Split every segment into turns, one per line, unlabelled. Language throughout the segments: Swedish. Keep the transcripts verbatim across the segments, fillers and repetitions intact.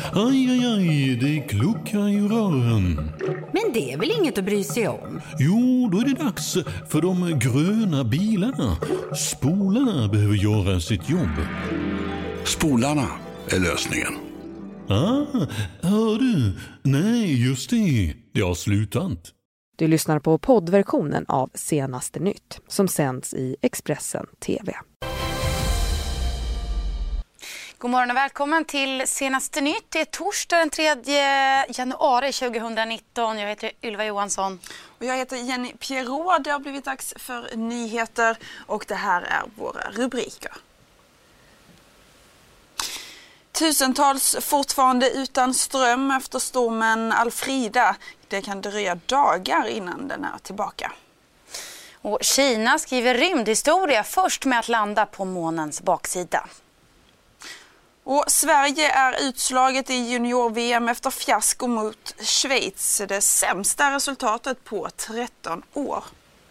Aj, aj, aj, det kluckar i rören.
Men det är väl inget att bry sig om?
Jo, då är det dags för de gröna bilarna. Spolarna behöver göra sitt jobb.
Spolarna är lösningen.
Ah, hör du? Nej, just det. Det har slutat.
Du lyssnar på poddversionen av Senaste Nytt som sänds i Expressen T V.
God morgon och välkommen till Senaste Nytt. Det är torsdag den tredje januari tjugonitton. Jag heter Ylva Johansson.
Och jag heter Jenny Pierrot. Det har blivit dags för nyheter och det här är våra rubriker. Tusentals fortfarande utan ström efter stormen Alfrida. Det kan dröja dagar innan den är tillbaka.
Och Kina skriver rymdhistoria först med att landa på månens baksida.
Och Sverige är utslaget i junior-V M efter fiasko mot Schweiz. Det sämsta resultatet på tretton år.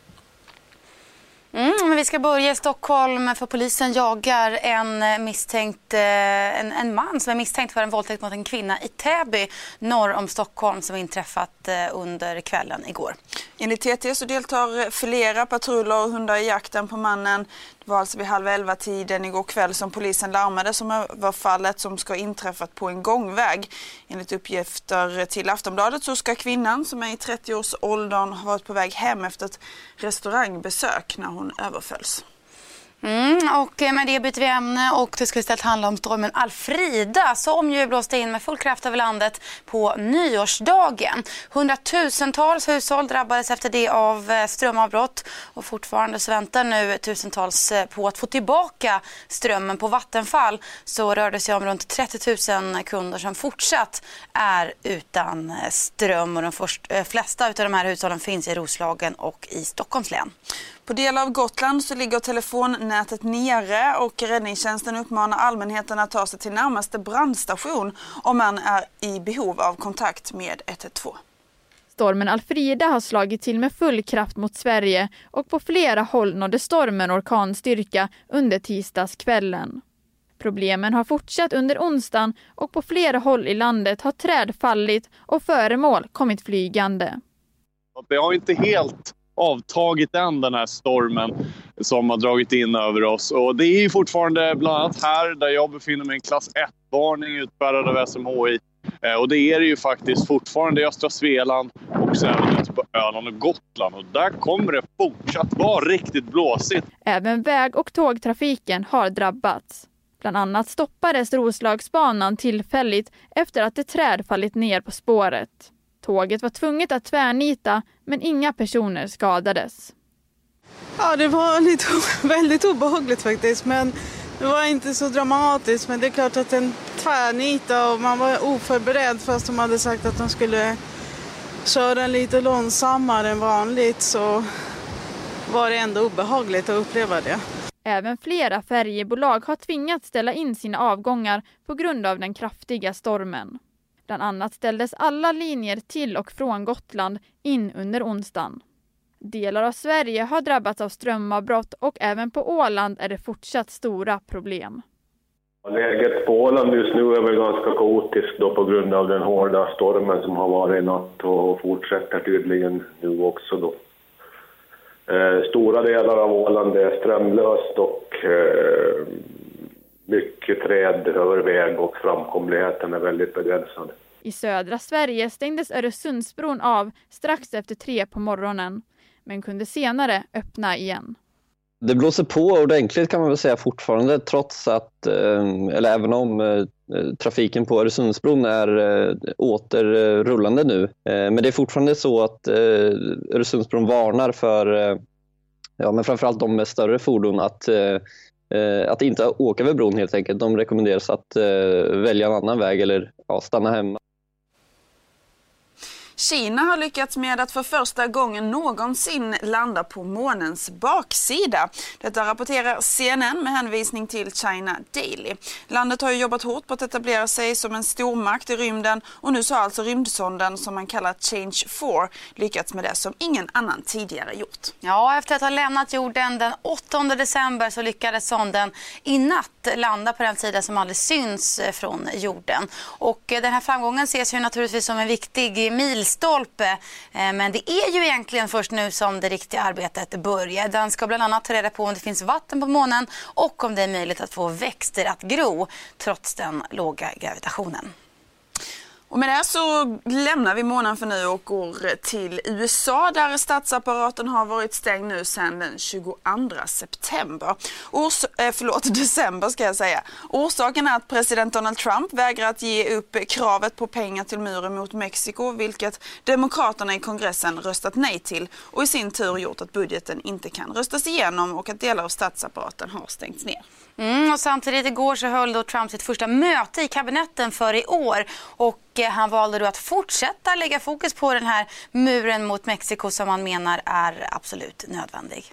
Mm, men vi ska börja i Stockholm för polisen jagar en misstänkt en, en man som är misstänkt för en våldtäkt mot en kvinna i Täby norr om Stockholm som inträffat under kvällen igår.
Enligt T T så deltar flera patruller och hundar i jakten på mannen. Det var alltså vid halv elva tiden igår kväll som polisen larmade som överfallet som ska inträffat på en gångväg. Enligt uppgifter till Aftonbladet så ska kvinnan som är i trettio-årsåldern ha varit på väg hem efter ett restaurangbesök när hon överfölls.
Mm, och med det byter vi ämne och det ska istället handla om stormen Alfrida som ju blåste in med full kraft över landet på nyårsdagen. Hundratusentals hushåll drabbades efter det av strömavbrott och fortfarande så väntar nu tusentals på att få tillbaka strömmen. På Vattenfall så rör det sig om runt trettio tusen kunder som fortsatt är utan ström och de flesta av de här hushållen finns i Roslagen och i Stockholms län.
På del av Gotland så ligger telefonnätet nere och räddningstjänsten uppmanar allmänheten att ta sig till närmaste brandstation om man är i behov av kontakt med ett ett två.
Stormen Alfrida har slagit till med full kraft mot Sverige och på flera håll nådde stormen orkanstyrka under tisdagskvällen. Problemen har fortsatt under onsdagen och på flera håll i landet har träd fallit och föremål kommit flygande.
Det har inte helt avtagit än den här stormen som har dragit in över oss. Och det är ju fortfarande bland annat här där jag befinner mig en klass ett-varning utfärdad av S M H I. Och det är det ju faktiskt fortfarande i östra Svealand och så även ute på Öland och Gotland. Och där kommer det fortsatt vara riktigt blåsigt.
Även väg- och tågtrafiken har drabbats. Bland annat stoppades Roslagsbanan tillfälligt efter att ett träd fallit ner på spåret. Tåget var tvunget att tvärnita, men inga personer skadades.
Ja, det var lite väldigt obehagligt faktiskt, men det var inte så dramatiskt. Men det är klart att den tvärnita och man var oförberedd fast de hade sagt att de skulle köra lite långsammare än vanligt så var det ändå obehagligt att uppleva det.
Även flera färjebolag har tvingats ställa in sina avgångar på grund av den kraftiga stormen. Bland annat ställdes alla linjer till och från Gotland in under onsdagen. Delar av Sverige har drabbats av strömavbrott och även på Åland är det fortsatt stora problem.
Läget på Åland just nu är väl ganska kaotiskt då på grund av den hårda stormen som har varit i natt och fortsätter tydligen nu också då. Eh, stora delar av Åland är strömlöst och eh, mycket träd över väg och framkomligheten är väldigt begränsad.
I södra Sverige stängdes Öresundsbron av strax efter tre på morgonen, men kunde senare öppna igen.
Det blåser på ordentligt kan man väl säga fortfarande, trots att, eller även om trafiken på Öresundsbron är återrullande nu. Men det är fortfarande så att Öresundsbron varnar för, ja men framförallt de med större fordon att Att inte åka över bron helt enkelt. De rekommenderas att välja en annan väg eller ja, stanna hemma.
Kina har lyckats med att för första gången någonsin landa på månens baksida. Detta rapporterar C N N med hänvisning till China Daily. Landet har ju jobbat hårt på att etablera sig som en stormakt i rymden och nu så har alltså rymdsonden som man kallar Change four lyckats med det som ingen annan tidigare gjort.
Ja, efter att ha lämnat jorden den åttonde december så lyckades sonden i natt landa på den sida som aldrig syns från jorden. Och den här framgången ses ju naturligtvis som en viktig milstolpe, men det är ju egentligen först nu som det riktiga arbetet börjar. Den ska bland annat ta reda på om det finns vatten på månen och om det är möjligt att få växter att gro trots den låga gravitationen.
Och med det så lämnar vi månaden för nu och går till U S A där statsapparaten har varit stängd nu sedan den tjugoandra september. Ors- eh, förlåt, december ska jag säga. Orsaken är att president Donald Trump vägrar att ge upp kravet på pengar till muren mot Mexiko, vilket demokraterna i kongressen röstat nej till och i sin tur gjort att budgeten inte kan röstas igenom och att delar av statsapparaten har stängts ner.
Mm, och samtidigt igår så höll då Trump sitt första möte i kabinetten för i år och eh, han valde då att fortsätta lägga fokus på den här muren mot Mexiko som han menar är absolut nödvändig.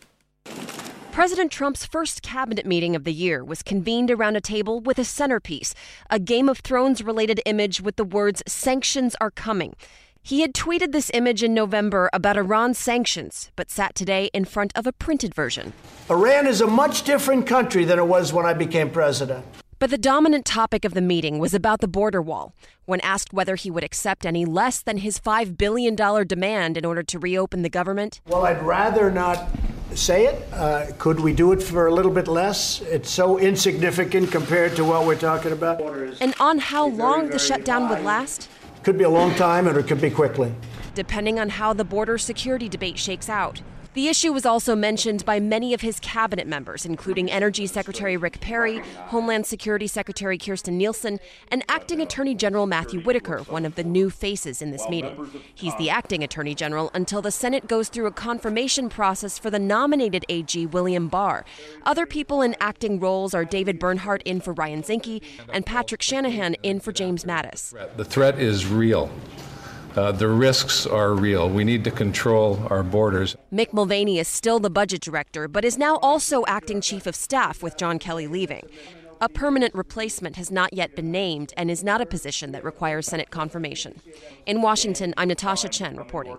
President Trump's first cabinet meeting of the year was convened around a table with a centerpiece, a Game of Thrones-related image with the words "Sanctions are coming." He had tweeted this image in November about Iran's sanctions, but sat today in front of a printed version.
Iran is a much different country than it was when I became president.
But the dominant topic of the meeting was about the border wall. When asked whether he would accept any less than his five billion dollars demand in order to reopen the government.
Well, I'd rather not say it. Uh, could we do it for a little bit less? It's so insignificant compared to what we're talking about.
And on how long the shutdown would last?
Could be a long time or it could be quickly.
Depending on how the border security debate shakes out. The issue was also mentioned by many of his cabinet members, including Energy Secretary Rick Perry, Homeland Security Secretary Kirstjen Nielsen, and Acting Attorney General Matthew Whitaker, one of the new faces in this meeting. He's the acting Attorney General until the Senate goes through a confirmation process for the nominated A G William Barr. Other people in acting roles are David Bernhardt in for Ryan Zinke and Patrick Shanahan in for James Mattis.
The threat is real. Uh, the risks are real. We need to control our borders.
Mick Mulvaney is still the budget director, but is now also acting chief of staff with John Kelly leaving. A permanent replacement has not yet been named and is not a position that requires Senate confirmation. In Washington, I'm Natasha Chen reporting.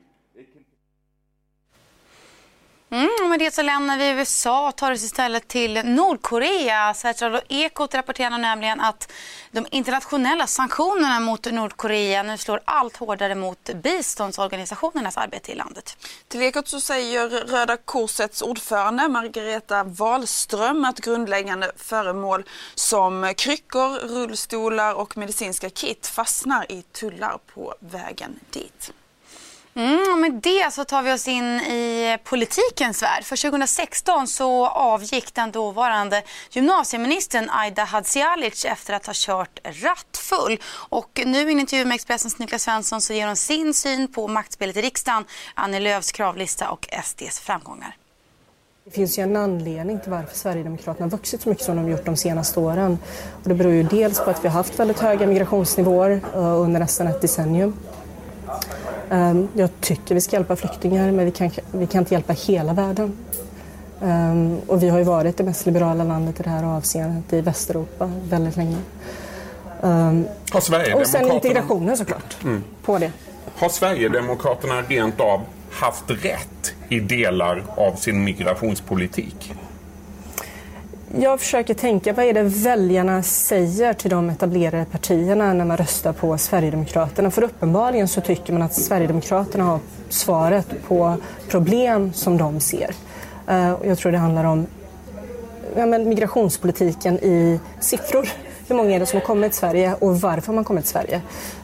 Mm, och med det så lämnar vi U S A och tar oss istället till Nordkorea. Sveriges Radio Ekot rapporterar nämligen att de internationella sanktionerna mot Nordkorea nu slår allt hårdare mot biståndsorganisationernas arbete i landet.
Till Ekot så säger Röda Korsets ordförande Margareta Wahlström att grundläggande föremål som kryckor, rullstolar och medicinska kit fastnar i tullar på vägen dit.
Mm, och med det så tar vi oss in i politikens värld. För tjugohundrasexton så avgick den dåvarande gymnasieministern Aida Hadzialic efter att ha kört rattfull. Och nu i en intervju med Expressens Niklas Svensson så ger hon sin syn på maktspelet i riksdagen, Annie Lööfs kravlista och S D:s framgångar.
Det finns ju en anledning till varför Sverigedemokraterna har vuxit så mycket som de gjort de senaste åren. Och det beror ju dels på att vi har haft väldigt höga migrationsnivåer under nästan ett decennium. Um, jag tycker vi ska hjälpa flyktingar, men vi kan, vi kan inte hjälpa hela världen. Um, och vi har ju varit det mest liberala landet i det här avseendet i Västeuropa väldigt länge. Um,
har Sverigedemokraterna...
Och sen integrationen såklart mm. på det.
Har Sverigedemokraterna rent av haft rätt i delar av sin migrationspolitik?
Jag försöker tänka, vad är det väljarna säger till de etablerade partierna när man röstar på Sverigedemokraterna? För uppenbarligen så tycker man att Sverigedemokraterna har svaret på problem som de ser. Jag tror det handlar om ja, men migrationspolitiken i siffror. Hur många är det som har kommit till Sverige och varför har man kommit till Sverige?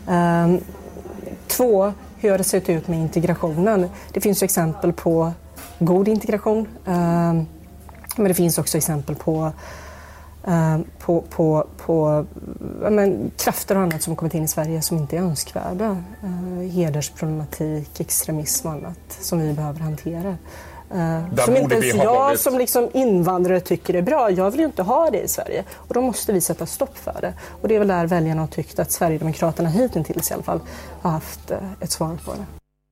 Två, hur har det sett ut med integrationen? Det finns ju exempel på god integration. Men det finns också exempel på, eh, på, på, på ja, men, krafter och annat som kommit in i Sverige som inte är önskvärda. Eh, hedersproblematik, extremism och annat som vi behöver hantera. Uh, som inte ens jag varit... som liksom invandrare tycker är bra. Jag vill ju inte ha det i Sverige. Och då måste vi sätta stopp för det. Och det är väl där väljarna har tyckt att Sverigedemokraterna hittills i alla fall har haft uh, ett svar på det.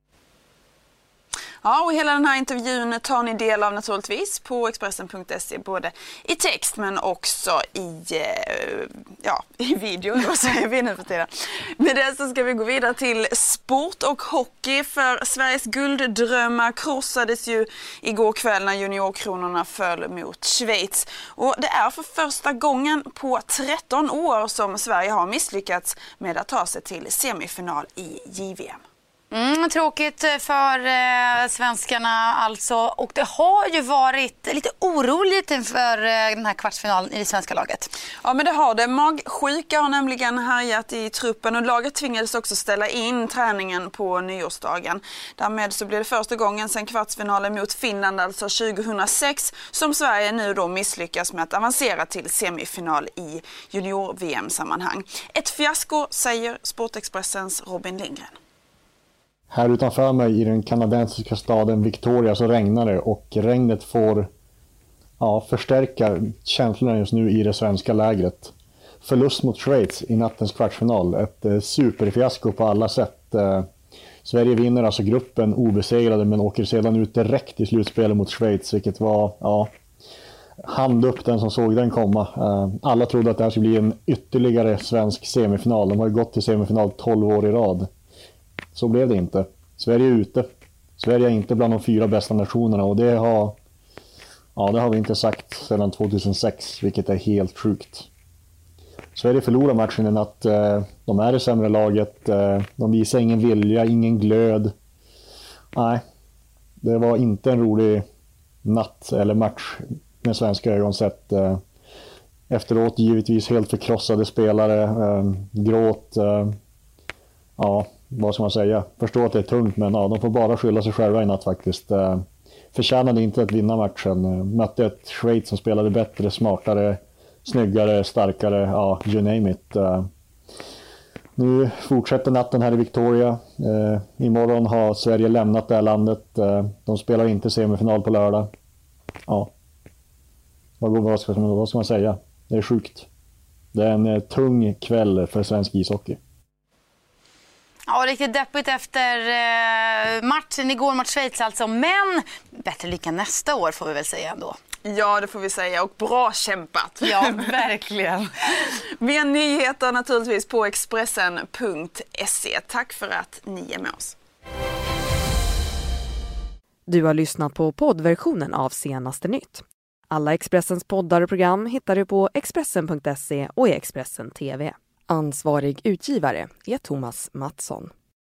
Ja, och hela den här intervjun tar ni del av naturligtvis på Expressen punkt se, både i text men också i, ja, i video. Vad säger vi nu för tiden? Med det så ska vi gå vidare till sport och hockey, för Sveriges gulddrömmar krossades ju igår kväll när juniorkronorna föll mot Schweiz. Och det är för första gången på tretton år som Sverige har misslyckats med att ta sig till semifinal i J V M.
Mm, tråkigt för eh, svenskarna alltså, och det har ju varit lite oroligt inför eh, den här kvartsfinalen i det svenska laget.
Ja, men det har det. Magsjuka har nämligen härjat i truppen och laget tvingades också ställa in träningen på nyårsdagen. Därmed så blir det första gången sedan kvartsfinalen mot Finland, alltså tjugohundrasex, som Sverige nu då misslyckas med att avancera till semifinal i junior-V M-sammanhang. Ett fiasko, säger Sportexpressens Robin Lindgren.
Här utanför mig i den kanadensiska staden Victoria så regnar det, och regnet får ja, förstärka känslorna just nu i det svenska lägret. Förlust mot Schweiz i nattens kvartsfinal, ett eh, superfiasko på alla sätt. Eh, Sverige vinner alltså gruppen obesegrade men åker sedan ut direkt i slutspelet mot Schweiz, vilket var, ja, hand upp den som såg den komma. Eh, alla trodde att det här skulle bli en ytterligare svensk semifinal. De har ju gått till semifinal tolv år i rad. Så blev det inte. Sverige är ute. Sverige är inte bland de fyra bästa nationerna, och det har, ja, det har vi inte sagt sedan tjugohundrasex, vilket är helt sjukt. Sverige förlorar matchen i natt. De är det sämre laget. De visar ingen vilja, ingen glöd. Nej, det var inte en rolig natt eller match med svenska ögon sett. Efteråt givetvis helt förkrossade spelare, gråt. Ja, vad ska man säga? Förstår att det är tungt, men ja, de får bara skylla sig själva i natt faktiskt. Eh, förtjänade inte att vinna matchen. Eh, mötte ett Schweiz som spelade bättre, smartare, snyggare, starkare, ja, you name it. Eh, nu fortsätter natten här i Victoria. Eh, imorgon har Sverige lämnat det här landet. Eh, de spelar inte semifinal på lördag. Ja, vad, vad, ska, vad ska man säga? Det är sjukt. Det är en eh, tung kväll för svensk ishockey.
Ja, riktigt deppigt efter eh, matchen igår mot Schweiz alltså. Men bättre lycka nästa år får vi väl säga ändå.
Ja, det får vi säga. Och bra kämpat.
Ja, verkligen.
Mer nyheter naturligtvis på Expressen punkt se. Tack för att ni är med oss.
Du har lyssnat på poddversionen av Senaste Nytt. Alla Expressens poddar och program hittar du på Expressen punkt se och i Expressen T V. Ansvarig utgivare är Thomas Mattsson.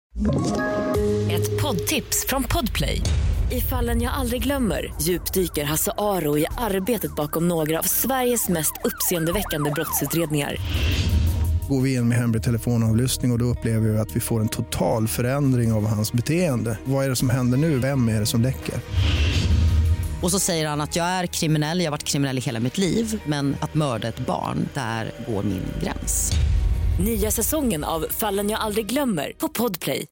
Ett poddtips från Podplay. I Fallen jag aldrig glömmer djupdyker Hasse Aro i arbetet bakom några av Sveriges mest uppseendeväckande brottsutredningar.
Går vi in med hemlig telefonavlyssning och, och då upplever vi att vi får en total förändring av hans beteende. Vad är det som händer nu? Vem är det som läcker?
Och så säger han att jag är kriminell, jag har varit kriminell i hela mitt liv, men att mörda ett barn, där går min gräns.
Nya säsongen av Fallen jag aldrig glömmer på Podplay.